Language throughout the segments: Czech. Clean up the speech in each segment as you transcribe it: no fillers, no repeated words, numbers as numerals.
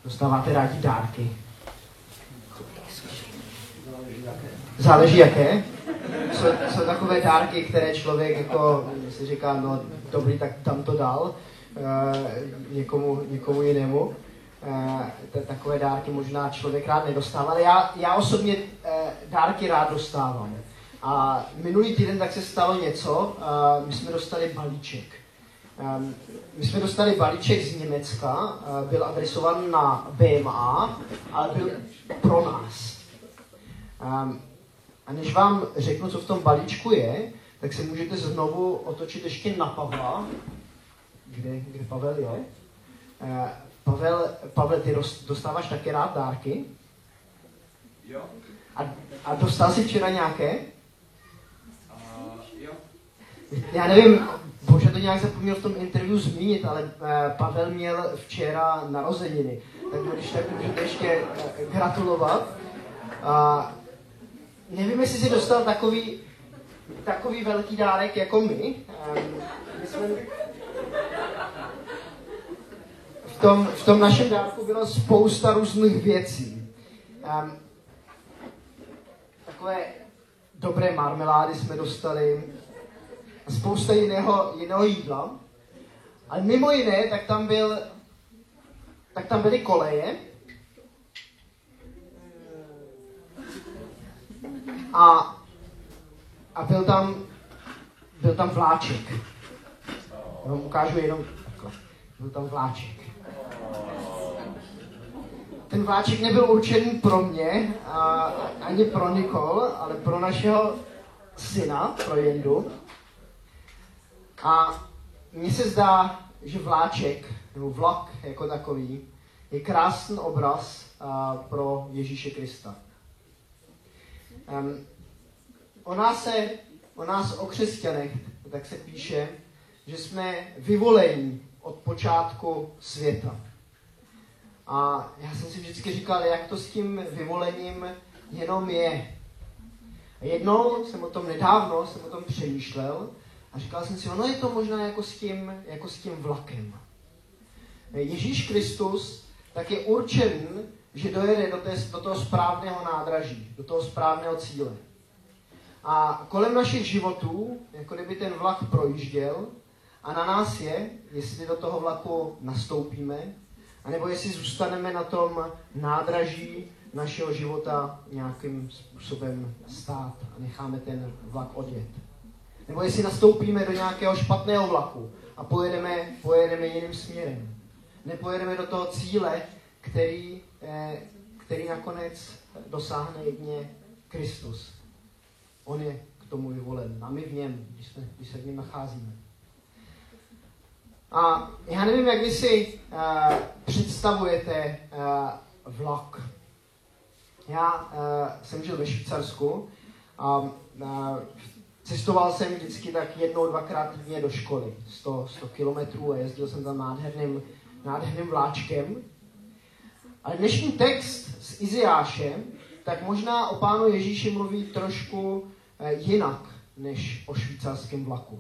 Dostáváte rádi dárky? Záleží jaké. Jsou takové dárky, které člověk jako si říká, no dobrý, tak tam to dal někomu jinému. Takové dárky možná člověk rád nedostává, ale já osobně dárky rád dostávám. A minulý týden tak se stalo něco, my jsme dostali balíček. Z Německa, byl adresován na BMA, ale byl pro nás. A než vám řeknu, co v tom balíčku je, tak se můžete znovu otočit ještě na Pavla. Kde Pavel je? Pavel, ty dostáváš taky rád dárky? Jo. A dostal jsi včera nějaké? Jo. Já nevím, Bože to nějak zapomněl v tom interview zmínit, ale Pavel měl včera narozeniny. Tak když tak můžete ještě gratulovat. Nevím, jestli jsi dostal takový velký dárek jako my. V tom našem dárku bylo spousta různých věcí. Takové dobré marmelády jsme dostali a spousta jiného jídla. Ale mimo jiné, tak tam byly koleje a byl tam vláček. Já vám ukážu jenom takhle. Byl tam vláček. Ten vláček nebyl určený pro mě, ani pro Nicole, ale pro našeho syna, pro Jendu. A mně se zdá, že vláček, nebo vlak jako takový, je krásný obraz pro Ježíše Krista. O nás, o křesťanech, tak se píše, že jsme vyvolení od počátku světa. A já jsem si vždycky říkal, jak to s tím vyvolením jenom je. A jednou nedávno jsem o tom přemýšlel a říkal jsem si, ono je to možná jako s tím vlakem. Ježíš Kristus tak je určen, že dojede do toho správného nádraží, do toho správného cíle. A kolem našich životů, jako kdyby ten vlak projížděl, a na nás je, jestli do toho vlaku nastoupíme, anebo jestli zůstaneme na tom nádraží našeho života nějakým způsobem stát a necháme ten vlak odjet. Nebo jestli nastoupíme do nějakého špatného vlaku a pojedeme jiným směrem. Nepojedeme do toho cíle, který nakonec dosáhne jedině Kristus. On je k tomu vyvolen a my v něm, když se v něm nacházíme. A já nevím, jak vy si představujete vlak. Já jsem žil ve Švýcarsku a cestoval jsem vždycky tak 1-2krát týdně do školy, 100 kilometrů a jezdil jsem tam nádherným vláčkem. Ale dnešní text z Izajáše tak možná o Pánu Ježíši mluví trošku jinak než o švýcarském vlaku.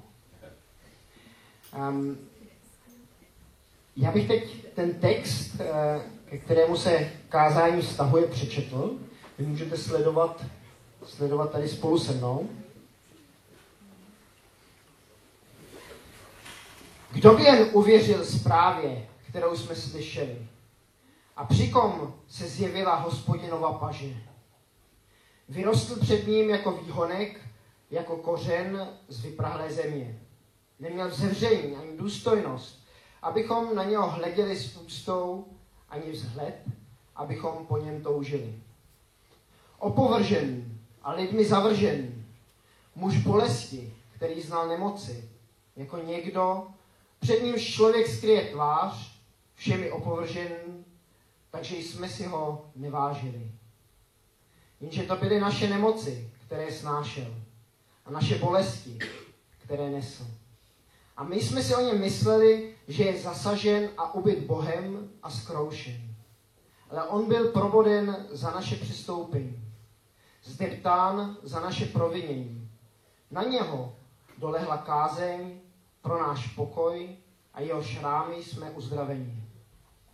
Já bych teď ten text, ke kterému se kázání vztahuje, přečetl. Vy můžete sledovat tady spolu se mnou. Kdo by jen uvěřil zprávě, kterou jsme slyšeli, a přikom se zjevila Hospodinova paže. Vyrostl před ním jako výhonek, jako kořen z vyprahlé země. Neměl vzevření ani důstojnost, abychom na něho hleděli s úctou, ani vzhled, abychom po něm toužili. Opovržený a lidmi zavržený, muž bolesti, který znal nemoci, jako někdo, před nímž člověk skryje tvář, všemi opovržený, takže jsme si ho nevážili. Jenže to byly naše nemoci, které snášel, a naše bolesti, které nesl. A my jsme si o něm mysleli, že je zasažen a ubyt Bohem a zkroušen. Ale on byl proboden za naše přistoupení, zdeptán za naše provinění. Na něho dolehla kázeň pro náš pokoj a jeho šrámy jsme uzdraveni.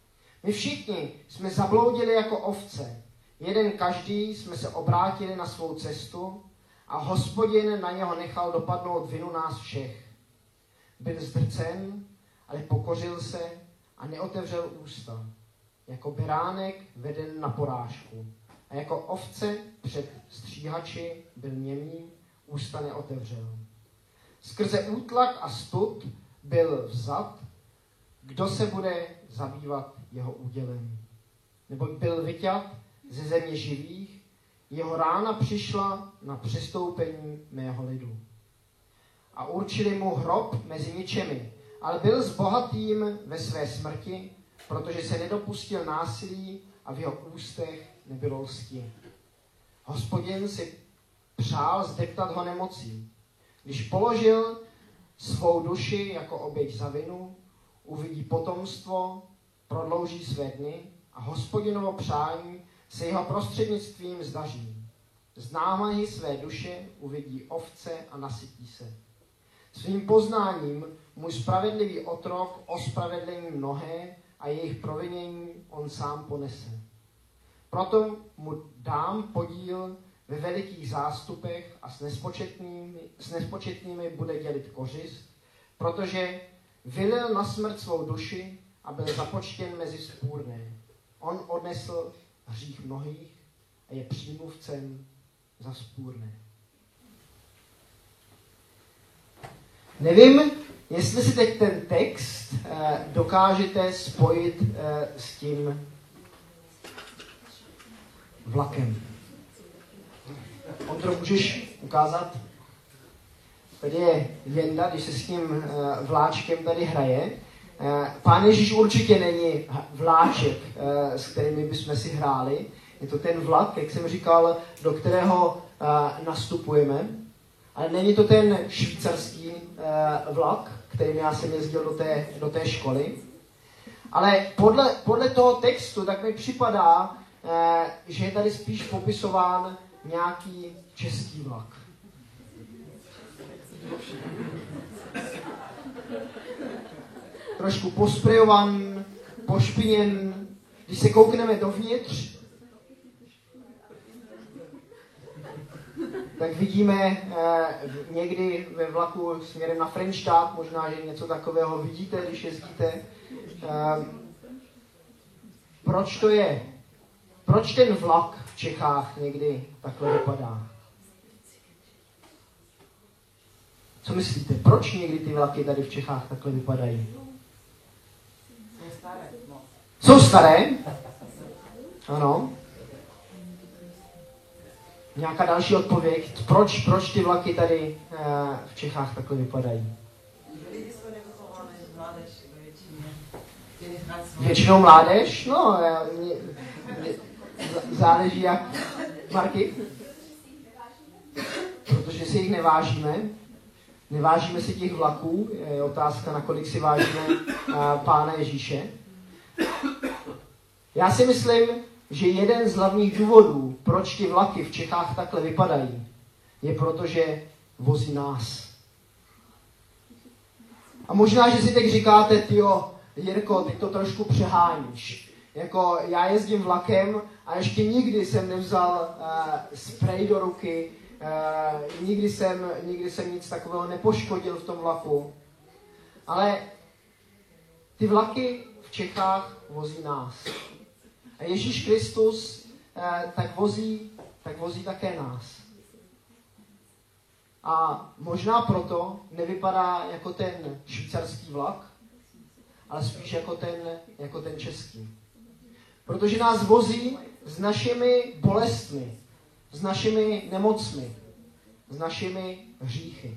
My všichni jsme zabloudili jako ovce. Jeden každý jsme se obrátili na svou cestu a Hospodin na něho nechal dopadnout vinu nás všech. Byl zdrcen, ale pokořil se a neotevřel ústa. Jako beránek veden na porážku. A jako ovce před stříhači byl němý, ústa neotevřel. Skrze útlak a stud byl vzat, kdo se bude zabývat jeho údělem. Nebo byl vyťat ze země živých, jeho rána přišla na přestoupení mého lidu. A určili mu hrob mezi ničemi, ale byl s bohatým ve své smrti, protože se nedopustil násilí a v jeho ústech nebylo lsti. Hospodin si přál zdeptat ho nemocí. Když položil svou duši jako oběť za vinu, uvidí potomstvo, prodlouží své dny a Hospodinovo přání se jeho prostřednictvím zdaří. Z námahy své duše uvidí ovce a nasytí se. Svým poznáním můj spravedlivý otrok ospravedlení mnohé a jejich provinění on sám ponese. Proto mu dám podíl ve velikých zástupech a s nespočetnými bude dělit kořist, protože vylil na smrt svou duši a byl započtěn mezi vzpůrné. On odnesl hřích mnohých a je přímluvcem za vzpůrné. Nevím, jestli si teď ten text dokážete spojit s tím vlakem. Ondro, můžeš ukázat? Tady je Jenda, když se s tím vláčkem tady hraje. Pán Ježíš určitě není vláček, s kterými bychom si hráli. Je to ten vlak, jak jsem říkal, do kterého nastupujeme. Ale není to ten švýcarský vlak, kterým já jsem jezdil do té školy. Ale podle toho textu tak mi připadá, že je tady spíš popisován nějaký český vlak. Trošku posprejovan, pošpiněn. Když se koukneme dovnitř, tak vidíme někdy ve vlaku směrem na Frenštát, možná, že něco takového vidíte, když jezdíte. Proč to je? Proč ten vlak v Čechách někdy takhle vypadá? Co myslíte? Proč někdy ty vlaky tady v Čechách takhle vypadají? Jsou staré? Ano. Nějaká další odpověď? Proč ty vlaky tady v Čechách takhle vypadají? Většinou mládež? No, záleží jak. Marky? Protože si jich nevážíme. Nevážíme si těch vlaků. Je otázka, nakolik si vážíme Pána Ježíše. Já si myslím, že jeden z hlavních důvodů, proč ty vlaky v Čechách takhle vypadají, je proto, že vozí nás. A možná, že si teď říkáte, tyjo, Jirko, ty to trošku přeháníš. Jako já jezdím vlakem a ještě nikdy jsem nevzal sprej do ruky, nikdy jsem nic takového nepoškodil v tom vlaku. Ale ty vlaky v Čechách vozí nás. A Ježíš Kristus tak vozí také nás. A možná proto nevypadá jako ten švýcarský vlak, ale spíš jako ten český. Protože nás vozí s našimi bolestmi, s našimi nemocmi, s našimi hříchy.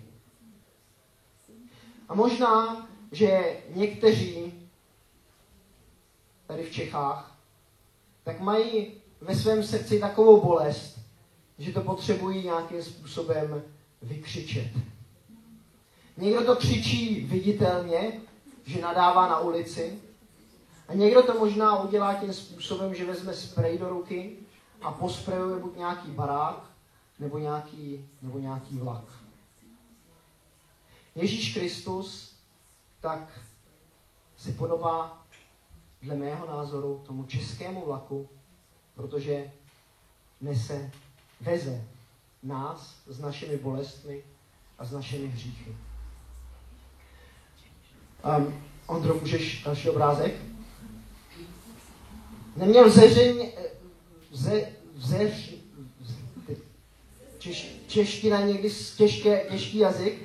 A možná, že někteří tady v Čechách tak mají ve svém srdci takovou bolest, že to potřebují nějakým způsobem vykřičet. Někdo to křičí viditelně, že nadává na ulici, a někdo to možná udělá tím způsobem, že vezme sprej do ruky a posprejuje buď nějaký barák, nebo nějaký vlak. Ježíš Kristus tak se podobá dle mého názoru, tomu českému vlaku, protože veze nás s našimi bolestmi a s našimi hříchy. Ondro, můžeš další obrázek? Neměl čeština někdy těžký jazyk.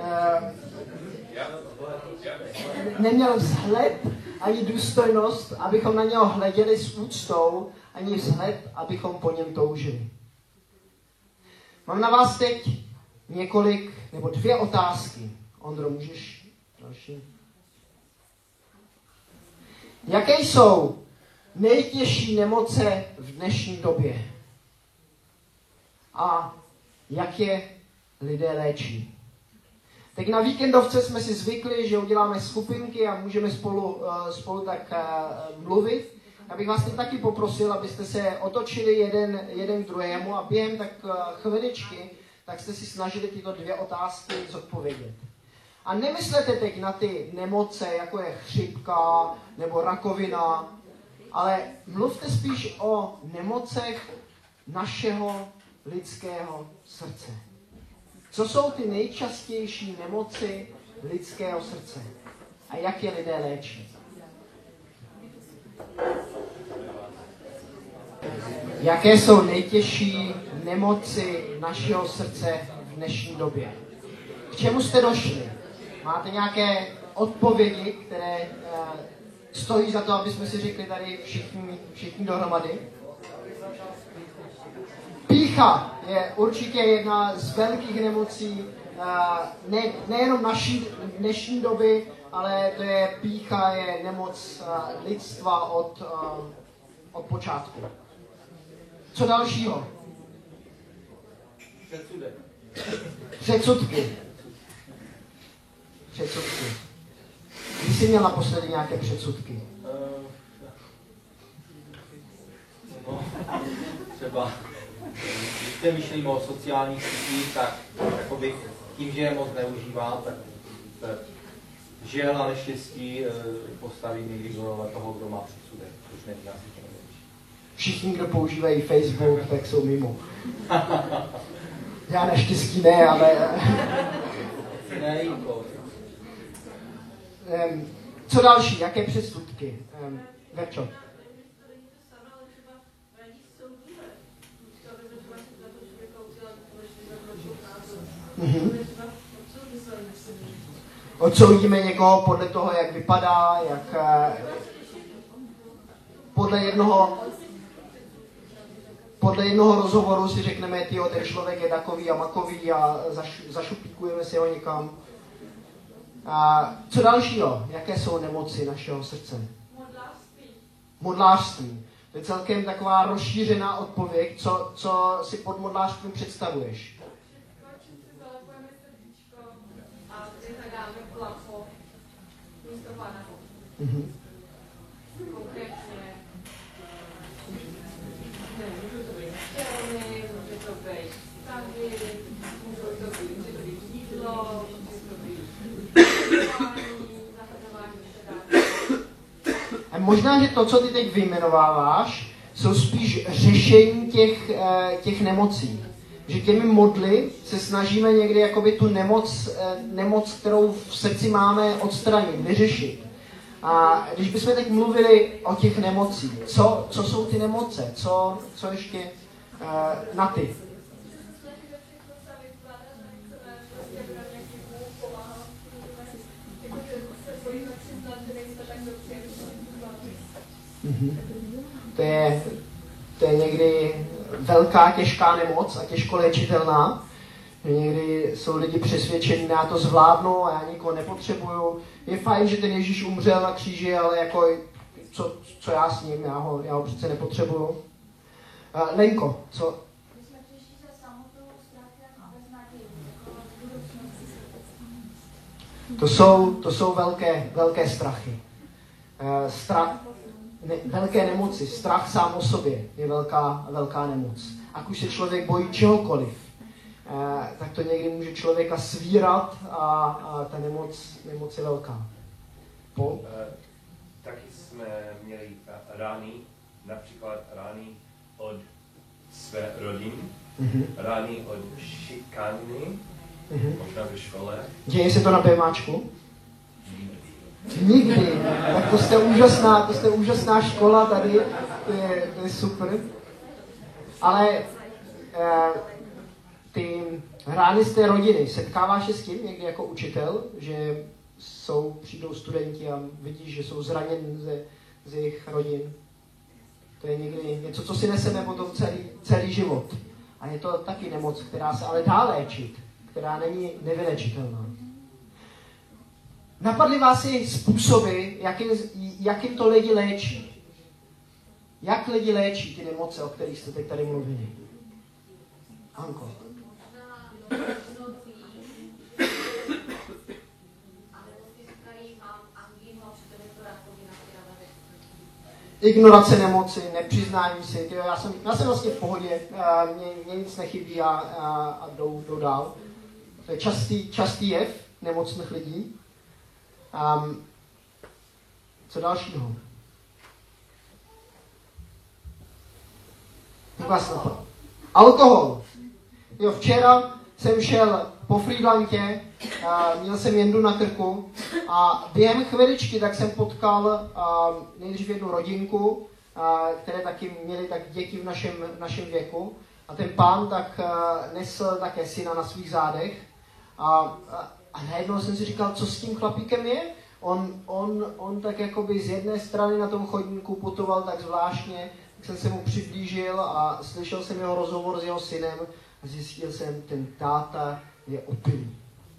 Neměl vzhled ani důstojnost, abychom na něho hleděli s úctou, ani vzhled, abychom po něm toužili. Mám na vás teď dvě otázky. Ondro, můžeš další? Jaké jsou nejtěžší nemoce v dnešní době? A jak je lidé léčí? Teď na víkendovce jsme si zvykli, že uděláme skupinky a můžeme spolu tak mluvit. Já bych vás teď taky poprosil, abyste se otočili jeden k druhému a během tak chviličky tak jste si snažili tyto dvě otázky zodpovědět. A nemyslete teď na ty nemoce, jako je chřipka nebo rakovina, ale mluvte spíš o nemocech našeho lidského srdce. Co jsou ty nejčastější nemoci lidského srdce? A jak je lidé léčí? Jaké jsou nejtěžší nemoci našeho srdce v dnešní době? K čemu jste došli? Máte nějaké odpovědi, které stojí za to, aby jsme si řekli tady všichni dohromady? Pýcha je určitě jedna z velkých nemocí, nejenom naší dnešní doby, ale pýcha je nemoc lidstva od počátku. Co dalšího? Předsudky. Kdy jsi měl naposledy nějaké předsudky? Třeba, když přemýšlím o sociálních sítích, tak jakoby tím, že je moc neužívám, tak žel a neštěstí postaví někdy do role toho, kdo má předsudek, což není asi to nejlepší. Všichni, kdo používají Facebook, tak jsou mimo. Já naštěstí ne, ale... Co další? Jaké předsudky? Verčo. Odsoudíme někoho podle toho, jak vypadá, podle jednoho rozhovoru si řekneme, tyjo, ten člověk je takový a makový a zašupíkujeme si ho někam. A co dalšího? Jaké jsou nemoci našeho srdce? Modlářství. To je celkem taková rozšířená odpověď. Co si pod modlářstvím představuješ? A možná, že to, co ty teď vyjmenováváš, jsou spíš řešení těch nemocí. Že těmi modly se snažíme někdy jakoby tu nemoc, kterou v srdci máme, odstranit, vyřešit. A když bychom teď mluvili o těch nemocích, co jsou ty nemoce? Co ještě na ty? To je někdy velká, těžká nemoc a těžko léčitelná. Někdy jsou lidi přesvědčení, já to zvládnu a já nikoho nepotřebuju. Je fajn, že ten Ježíš umřel na kříži, ale jako, co já s ním, já ho přece nepotřebuju. Lenko, co? To jsou velké strachy. Velké nemoci. Strach sám o sobě je velká nemoc. Ať už se člověk bojí čehokoliv, tak to někdy může člověka svírat a ta nemoc je velká. Taky jsme měli rány, například rány od své rodiny, rány od šikany, možná ve škole. Děje se to na PMAčku? Nikdy. Tak to jste úžasná škola tady, to je super. Ale ty rány z té rodiny, setkáváš se s tím někdy jako učitel, že přijdou studenti a vidíš, že jsou zraněni z jejich rodin? To je někdy něco, co si neseme potom celý život. A je to taky nemoc, která se ale dá léčit, která není nevylečitelná. Napadly vás i způsoby, jakým to lidi léčí? Jak lidi léčí ty nemoce, o kterých jste teď tady mluvili? Anko. Ignorace nemoci, nepřiznání si. Já jsem vlastně v pohodě, mě nic nechybí a jdou dál. To je častý jev nemocných lidí. Co dalšího? Alkohol. Jo, včera jsem šel po Frýdlantě, měl jsem jendu na krku a během chviličky tak jsem potkal nejdřív jednu rodinku, které taky měly tak děti v našem věku. A ten pán tak nesl také syna na svých zádech. A najednou jsem si říkal, co s tím chlapíkem je? On tak jakoby z jedné strany na tom chodníku putoval tak zvláštně, tak jsem se mu přiblížil a slyšel jsem jeho rozhovor s jeho synem a zjistil jsem, ten táta je opilý.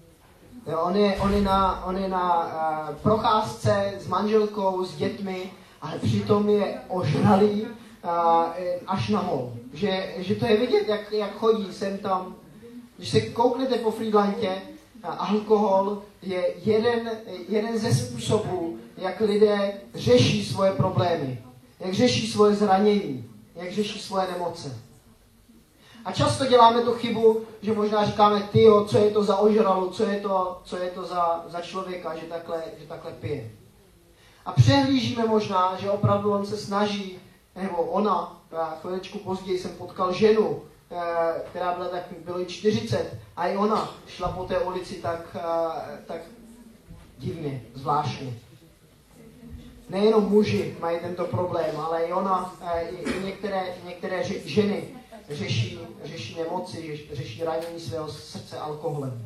On je na procházce s manželkou, s dětmi, ale přitom je ožralý až na hol. Že to je vidět, jak chodí sem tam. Když se kouknete po Frýdlantě, alkohol je jeden ze způsobů, jak lidé řeší svoje problémy, jak řeší svoje zranění, jak řeší svoje nemoce. A často děláme tu chybu, že možná říkáme, tyjo, co je to za ožralu, co je to za člověka, že takhle pije. A přehlížíme možná, že opravdu on se snaží, nebo ona, chviličku později jsem potkal ženu, která bylo jí 40, a i ona šla po té ulici tak divně, zvláštně. Nejenom muži mají tento problém, ale i ona, i některé ženy řeší nemoci, řeší ranění svého srdce alkoholem.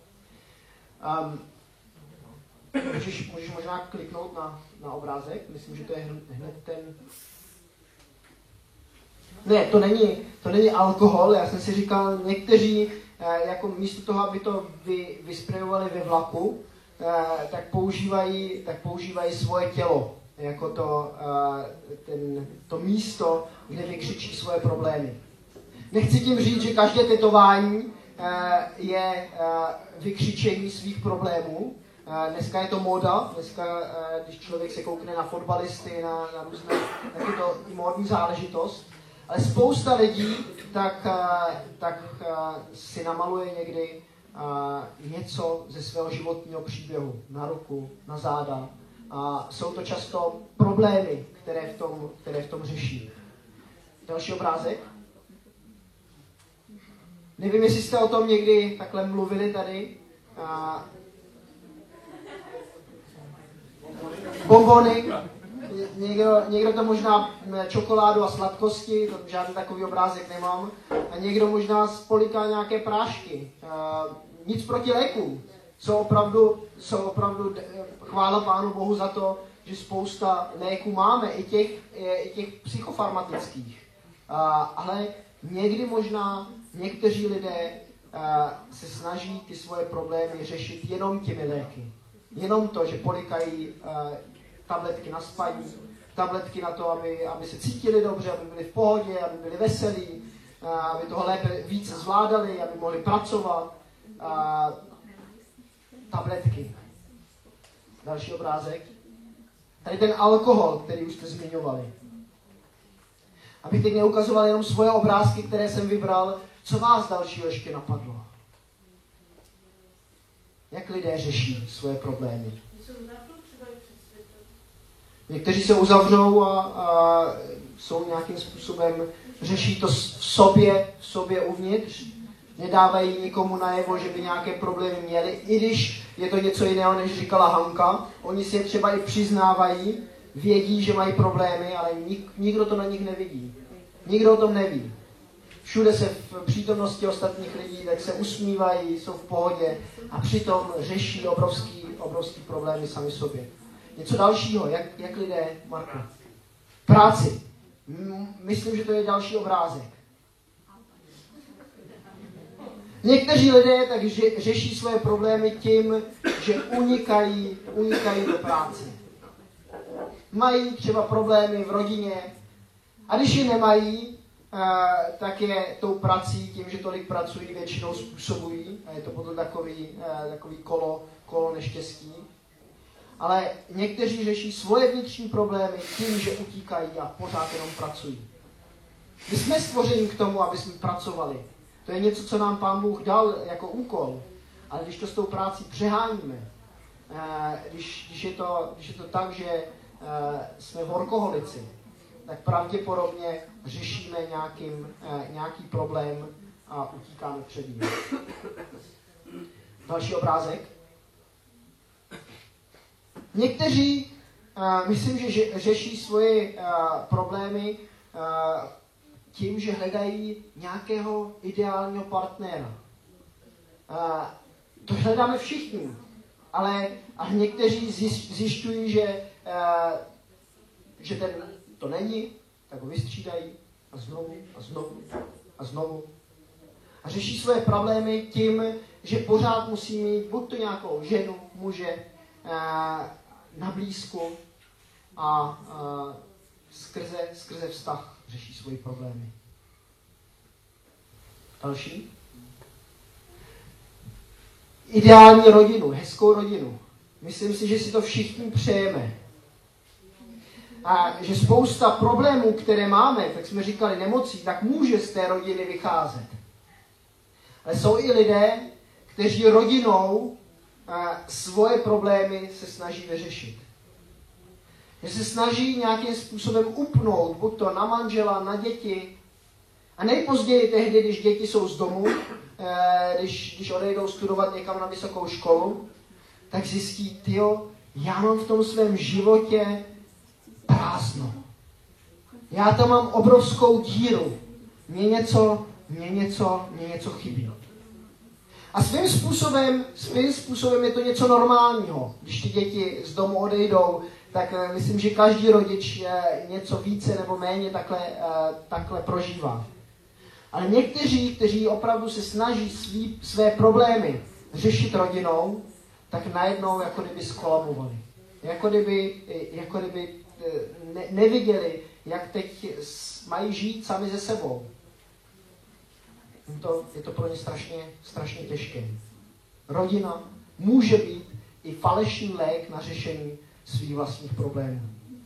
Můžeš možná kliknout na obrázek? Myslím, že to je hned ten... Ne, to není alkohol. Já jsem si říkal, někteří jako místo toho, aby to vysprejovali ve vlaku, tak používají svoje tělo jako to místo, kde vykřičí svoje problémy. Nechci tím říct, že každé tetování je vykřičení svých problémů. Dneska je to móda, když člověk se koukne na fotbalisty, na různé, tak je to i módní záležitost. Ale spousta lidí tak si namaluje někdy něco ze svého životního příběhu na ruku, na záda. A jsou to často problémy, které v tom řeší. Další obrázek. Nevím, jestli jste o tom někdy takhle mluvili tady. Bonbony. Někdo to možná čokoládu a sladkosti, to žádný takový obrázek nemám. A někdo možná spoliká nějaké prášky. Nic proti lékům. Jsou opravdu chvála Pánu Bohu za to, že spousta léků máme, i těch psychofarmatických. Ale někdy možná někteří lidé se snaží ty svoje problémy řešit jenom těmi léky. Jenom to, že polikají tabletky na spaní, tabletky na to, aby se cítili dobře, aby byli v pohodě, aby byli veselí, aby toho lépe více zvládali, aby mohli pracovat. Tabletky. Další obrázek. Tady ten alkohol, který už jste zmiňovali. Abych teď neukazoval jenom svoje obrázky, které jsem vybral, co vás dalšího ještě napadlo? Jak lidé řeší svoje problémy? Někteří se uzavřou a jsou nějakým způsobem, řeší to v sobě uvnitř, nedávají nikomu najevo, že by nějaké problémy měli, i když je to něco jiného, než říkala Hanka. Oni si je třeba i přiznávají, vědí, že mají problémy, ale nikdo to na nich nevidí. Nikdo o tom neví. Všude se v přítomnosti ostatních lidí tak se usmívají, jsou v pohodě a přitom řeší obrovský problémy sami sobě. Něco dalšího, jak lidé, Marko? Práci. Myslím, že to je další obrázek. Někteří lidé tak řeší svoje problémy tím, že unikají do práce. Mají třeba problémy v rodině a když je nemají, tak je tou prací, tím, že tolik pracují, většinou způsobují a je to potom takový kolo neštěstí. Ale někteří řeší svoje vnitřní problémy tím, že utíkají a pořád jenom pracují. My jsme stvořeni k tomu, aby jsme pracovali. To je něco, co nám Pán Bůh dal jako úkol. Ale když to s tou prácí přeháníme, když je to tak, že jsme workoholici, tak pravděpodobně řešíme nějaký problém a utíkáme před ním. Další obrázek. Někteří, myslím, že řeší svoje problémy tím, že hledají nějakého ideálního partnera. To hledáme všichni, ale někteří zjišťují, že ten to není, tak ho vystřídají a znovu. A řeší svoje problémy tím, že pořád musí mít buď to nějakou ženu, muže na blízku a skrze vztah řeší svoje problémy. Další. Ideální rodinu, hezkou rodinu. Myslím si, že si to všichni přejeme. A že spousta problémů, které máme, tak jsme říkali nemocí, tak může z té rodiny vycházet. Ale jsou i lidé, kteří rodinou svoje problémy se snaží vyřešit. Že se snaží nějakým způsobem upnout, buď to na manžela, na děti. A nejpozději tehdy, když děti jsou z domu, když odejdou studovat někam na vysokou školu, tak zjistí, já mám v tom svém životě prázdno. Já tam mám obrovskou díru. Mně něco chybí. A svým způsobem je to něco normálního. Když ty děti z domu odejdou, tak myslím, že každý rodič něco více nebo méně takhle prožívá. Ale někteří, kteří opravdu se snaží své problémy řešit rodinou, tak najednou jako kdyby zkolabovali. Jako kdyby neviděli, jak teď mají žít sami ze sebou. Je to pro ně strašně těžké. Rodina může být i falešný lék na řešení svých vlastních problémů.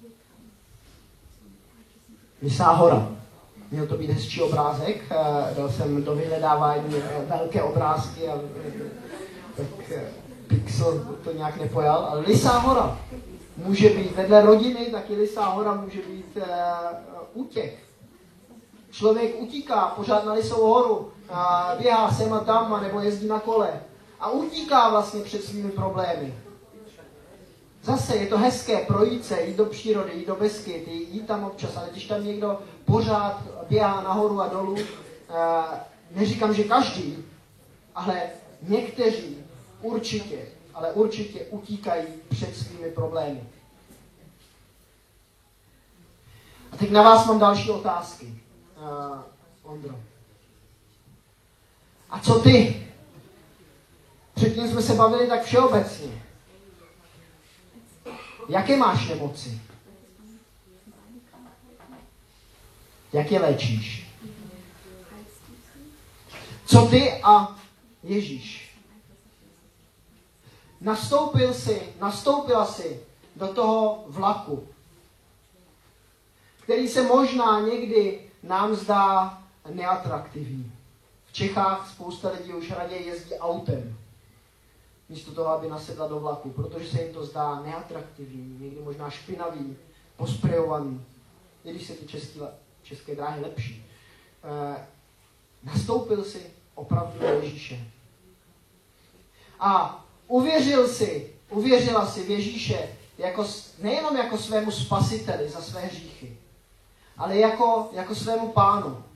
Lysá hora. Měl to být hezčí obrázek. Dal jsem do vyhledávání velké obrázky a tak Pixel to nějak nepojal. Ale Lysá hora může být vedle rodiny, taky Lysá hora může být útěk. Člověk utíká pořád na Lysou horu, běhá sem a tam, nebo jezdí na kole a utíká vlastně před svými problémy. Zase je to hezké projít se, jít do přírody, jít do Beskyt, jít tam občas, ale když tam někdo pořád běhá nahoru a dolů, neříkám, že každý, ale někteří určitě utíkají před svými problémy. A teď na vás mám další otázky. Ondro. A co ty? Předtím jsme se bavili tak všeobecně. Jaké máš nemoci? Jak je léčíš? Co ty a Ježíš? Nastoupila si do toho vlaku, který se možná někdy nám zdá neatraktivní. V Čechách spousta lidí už raději jezdí autem, místo toho, aby nasedla do vlaku, protože se jim to zdá neatraktivní, někdy možná špinavý, posprejovaný, i když se ty české dráhy lepší. Nastoupil si opravdu do Ježíše. A uvěřila si v Ježíše nejenom jako svému spasiteli za své hříchy, ale jako svému pánu.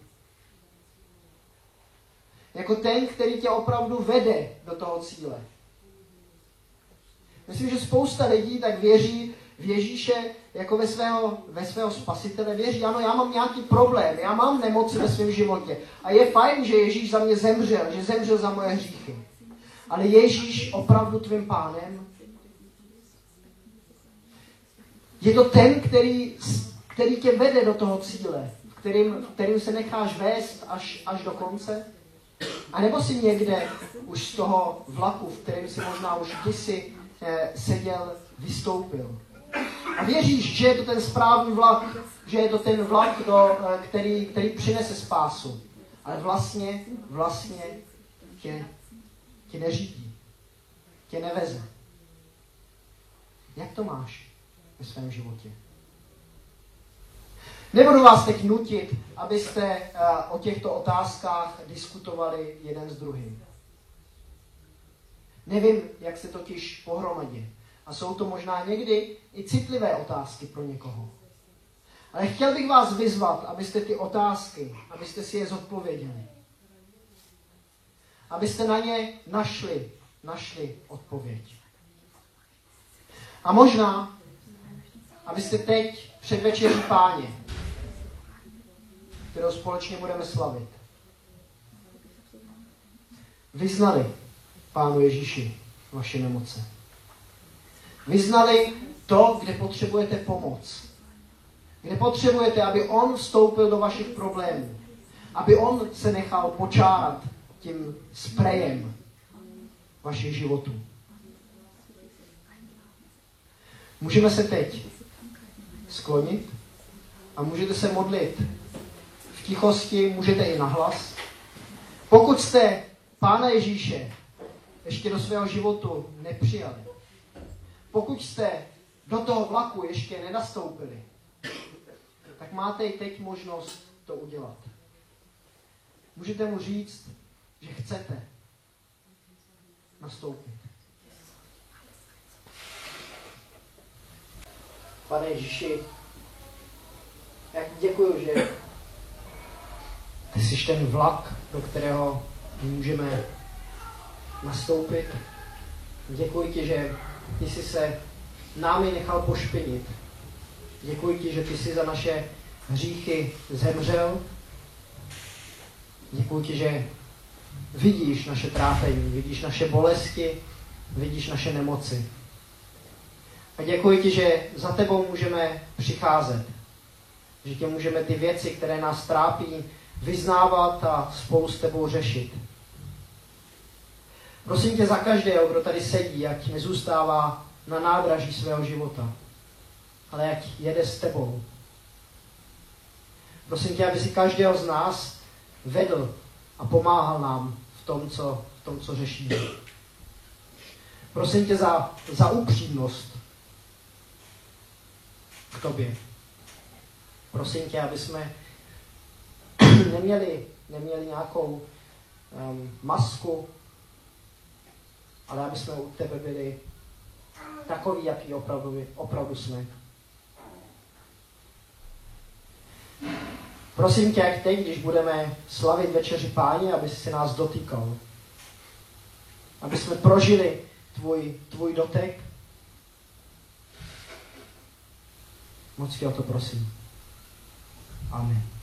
Jako ten, který tě opravdu vede do toho cíle. Myslím, že spousta lidí tak věří v Ježíše jako ve svého spasitele. Věří, ano, já mám nějaký problém, já mám nemoci ve svém životě. A je fajn, že Ježíš za mě zemřel, že zemřel za moje hříchy. Ale Ježíš opravdu tvým pánem? Je to ten, který tě vede do toho cíle, kterým se necháš vést až do konce? A nebo si někde už z toho vlaku, v kterém si možná už kdysi seděl, vystoupil? A věříš, že je to ten správný vlak, že je to ten vlak, který přinese spásu. Ale vlastně tě neřídí, tě neveze. Jak to máš ve svém životě? Nebudu vás teď nutit, abyste o těchto otázkách diskutovali jeden s druhým. Nevím, jak jste totiž pohromadě. A jsou to možná někdy i citlivé otázky pro někoho. Ale chtěl bych vás vyzvat, abyste ty otázky, abyste si je zodpověděli. Abyste na ně našli odpověď. A možná, abyste teď před večeří Páně, kterou společně budeme slavit, vyznali Pánu Ježíši vaše nemoce. Vyznali to, kde potřebujete pomoc. Kde potřebujete, aby on vstoupil do vašich problémů. Aby on se nechal počárat tím sprejem vašich životů. Můžeme se teď sklonit a můžete se modlit v tichosti, můžete i nahlas. Pokud jste Pána Ježíše ještě do svého životu nepřijali, pokud jste do toho vlaku ještě nenastoupili, tak máte i teď možnost to udělat. Můžete mu říct, že chcete nastoupit. Pane Ježíši, já ti děkuju, že ty jsi ten vlak, do kterého můžeme nastoupit. Děkuji ti, že ty jsi se námi nechal pošpinit. Děkuji ti, že ty jsi za naše hříchy zemřel. Děkuji ti, že vidíš naše trápení, vidíš naše bolesti, vidíš naše nemoci. A děkuji ti, že za tebou můžeme přicházet. Že tě můžeme ty věci, které nás trápí, vyznávat a spolu s tebou řešit. Prosím tě za každého, kdo tady sedí, ať nezůstává na nádraží svého života, ale ať jede s tebou. Prosím tě, aby si každého z nás vedl a pomáhal nám v tom, co řešíme. Prosím tě za upřímnost k tobě. Prosím tě, aby jsme neměli nějakou masku, ale aby jsme u tebe byli takový, jaký opravdu jsme. Prosím tě, jak teď, když budeme slavit večeři Páně, aby si nás dotýkal. Aby jsme prožili tvůj dotek. Moc tě o to prosím. Amen.